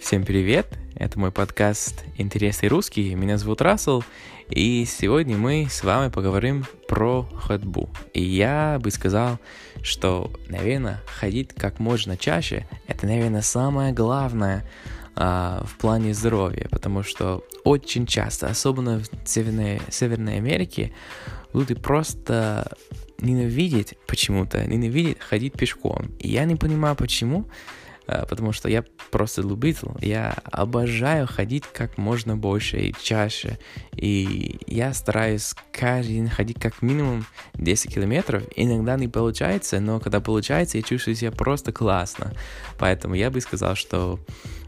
Всем привет! Это мой подкаст «Интересный русский». Меня зовут Рассел, и сегодня мы с вами поговорим про ходьбу. И я бы сказал, что, наверное, ходить как можно чаще – это, наверное, самое главное в плане здоровья, потому что очень часто, особенно в Северной Америке, люди просто ненавидят ходить пешком. И я не понимаю, почему. Потому что я просто любитель, я обожаю ходить как можно больше и чаще, и я стараюсь каждый день ходить как минимум 10 километров, иногда не получается, но когда получается, я чувствую себя просто классно, поэтому я бы сказал, что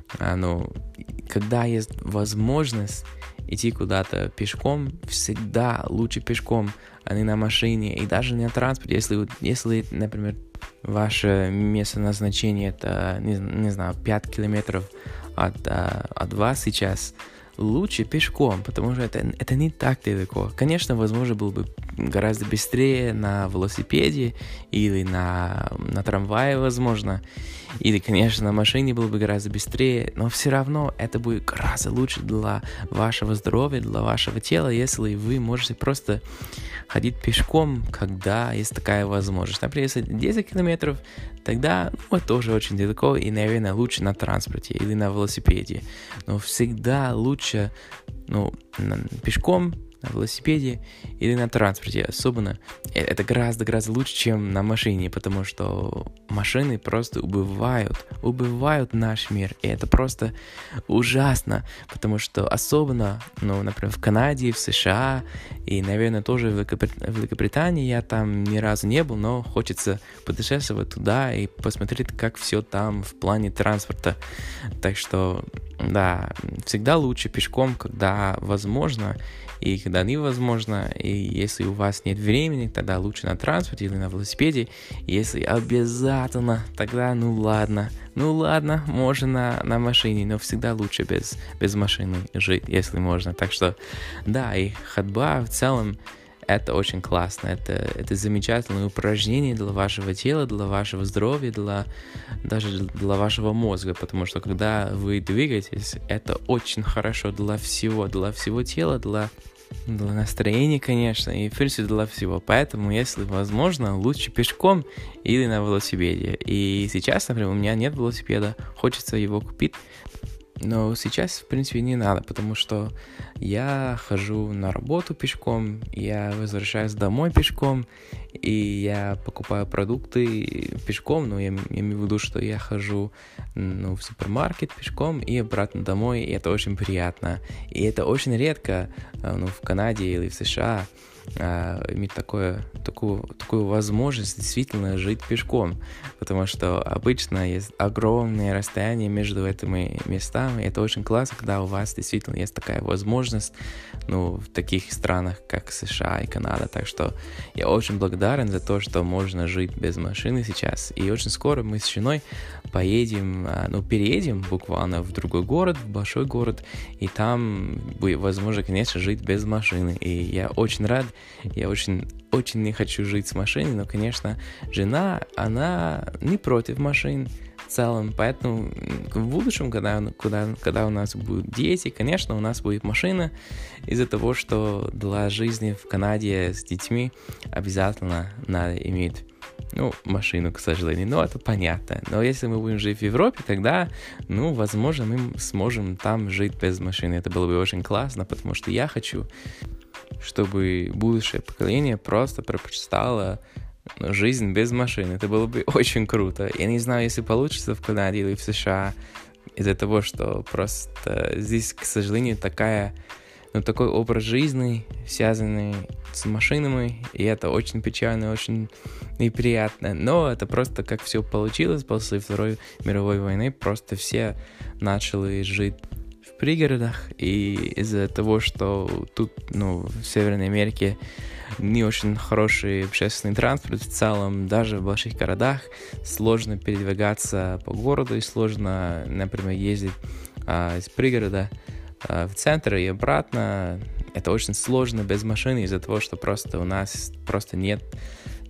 когда есть возможность идти куда-то пешком, всегда лучше пешком, а не на машине, и даже не на транспорте, если, например, ваше место назначения это, не знаю, 5 километров от вас сейчас, лучше пешком, потому что это не так далеко. Конечно, возможно, было бы гораздо быстрее на велосипеде или на трамвае, возможно. Или, конечно, на машине было бы гораздо быстрее, но все равно это будет гораздо лучше для вашего здоровья, для вашего тела, если вы можете просто ходить пешком, когда есть такая возможность. Например, если 10 километров, тогда это тоже очень далеко и, наверное, лучше на транспорте или на велосипеде. Но всегда лучше пешком, на велосипеде или на транспорте. Особенно это гораздо лучше, чем на машине, потому что машины просто убивают наш мир. И это просто ужасно, потому что особенно, например, в Канаде, в США и, наверное, тоже в Великобритании я там ни разу не был, но хочется путешествовать туда и посмотреть, как все там в плане транспорта. Так что, да, всегда лучше пешком, когда возможно, и когда невозможно, и если у вас нет времени, тогда лучше на транспорте или на велосипеде. Если обязательно, тогда ладно, можно на машине, но всегда лучше без машины жить, если можно. Так что, да, и ходьба в целом это очень классно, это замечательное упражнение для вашего тела, для вашего здоровья, даже для вашего мозга, потому что когда вы двигаетесь, это очень хорошо для всего тела, для настроения, конечно, и в принципе для всего. Поэтому, если возможно, лучше пешком или на велосипеде. И сейчас, например, у меня нет велосипеда, хочется его купить, но сейчас, в принципе, не надо, потому что я хожу на работу пешком, я возвращаюсь домой пешком, и я покупаю продукты пешком, но я имею в виду, что я хожу в супермаркет пешком и обратно домой, и это очень приятно. И это очень редко в Канаде или в США иметь такую возможность действительно жить пешком, потому что обычно есть огромное расстояние между этими местами, и это очень классно, когда у вас действительно есть такая возможность, в таких странах, как США и Канада. Так что я очень благодарен за то, что можно жить без машины сейчас, и очень скоро мы с женой переедем буквально в другой город, в большой город, и там будет возможно, конечно, жить без машины, и я очень рад. Я очень не хочу жить с машиной, но, конечно, жена, она не против машин в целом, поэтому в будущем, когда у нас будут дети, конечно, у нас будет машина, из-за того, что для жизни в Канаде с детьми обязательно надо иметь машину, к сожалению, но это понятно. Но если мы будем жить в Европе, тогда, возможно, мы сможем там жить без машины. Это было бы очень классно, потому что я хочу, чтобы будущее поколение просто предпочитало жизнь без машины. Это было бы очень круто. Я не знаю, если получится в Канаде или в США, из-за того, что просто здесь, к сожалению, такой образ жизни, связанный с машинами, и это очень печально, очень неприятно. Но это просто как все получилось после Второй мировой войны. Просто все начали жить в пригородах, и из-за того, что тут, в Северной Америке не очень хороший общественный транспорт в целом, даже в больших городах сложно передвигаться по городу, и сложно, например, ездить из пригорода в центр и обратно. Это очень сложно без машины из-за того, что просто у нас просто нет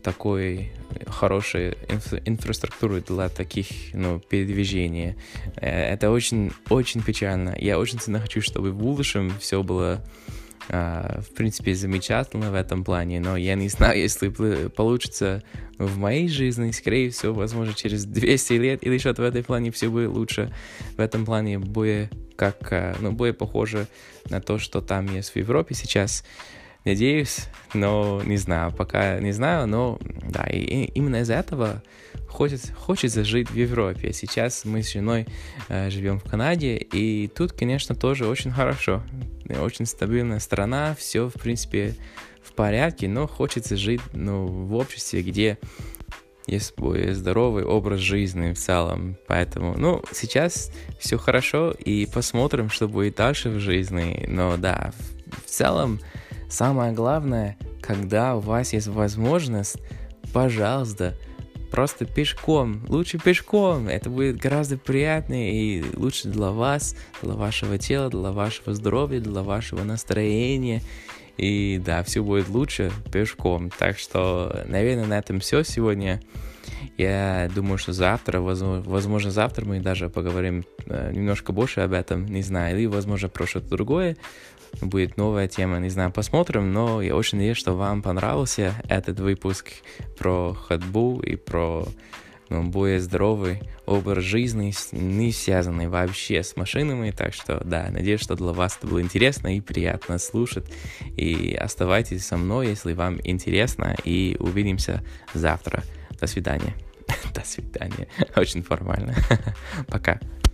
такой хорошей инфраструктуры для таких, передвижений. Это очень печально. Я очень сильно хочу, чтобы в будущем все было, в принципе, замечательно в этом плане, но я не знаю, если получится в моей жизни, скорее всего, возможно, через 200 лет или что-то в этом плане все будет лучше. В этом плане более похоже на то, что там есть в Европе сейчас. Надеюсь, но не знаю, пока не знаю, но да, и именно из-за этого хочется жить в Европе. Сейчас мы с женой живем в Канаде, и тут, конечно, тоже очень хорошо. Очень стабильная страна, все, в принципе, в порядке, но хочется жить, в обществе, где есть более здоровый образ жизни в целом. Поэтому, сейчас все хорошо, и посмотрим, что будет дальше в жизни. Но да, в целом, самое главное, когда у вас есть возможность, пожалуйста, просто пешком, лучше пешком, это будет гораздо приятнее и лучше для вас, для вашего тела, для вашего здоровья, для вашего настроения, и да, все будет лучше пешком. Так что, наверное, на этом все сегодня. Я думаю, что завтра, возможно, завтра мы даже поговорим немножко больше об этом, не знаю, или, возможно, про что-то другое. Будет новая тема, не знаю, посмотрим, но я очень надеюсь, что вам понравился этот выпуск про ходьбу и про более здоровый образ жизни, не связанный вообще с машинами, так что, да, надеюсь, что для вас это было интересно и приятно слушать, и оставайтесь со мной, если вам интересно, и увидимся завтра. До свидания. До свидания. Очень формально. Пока.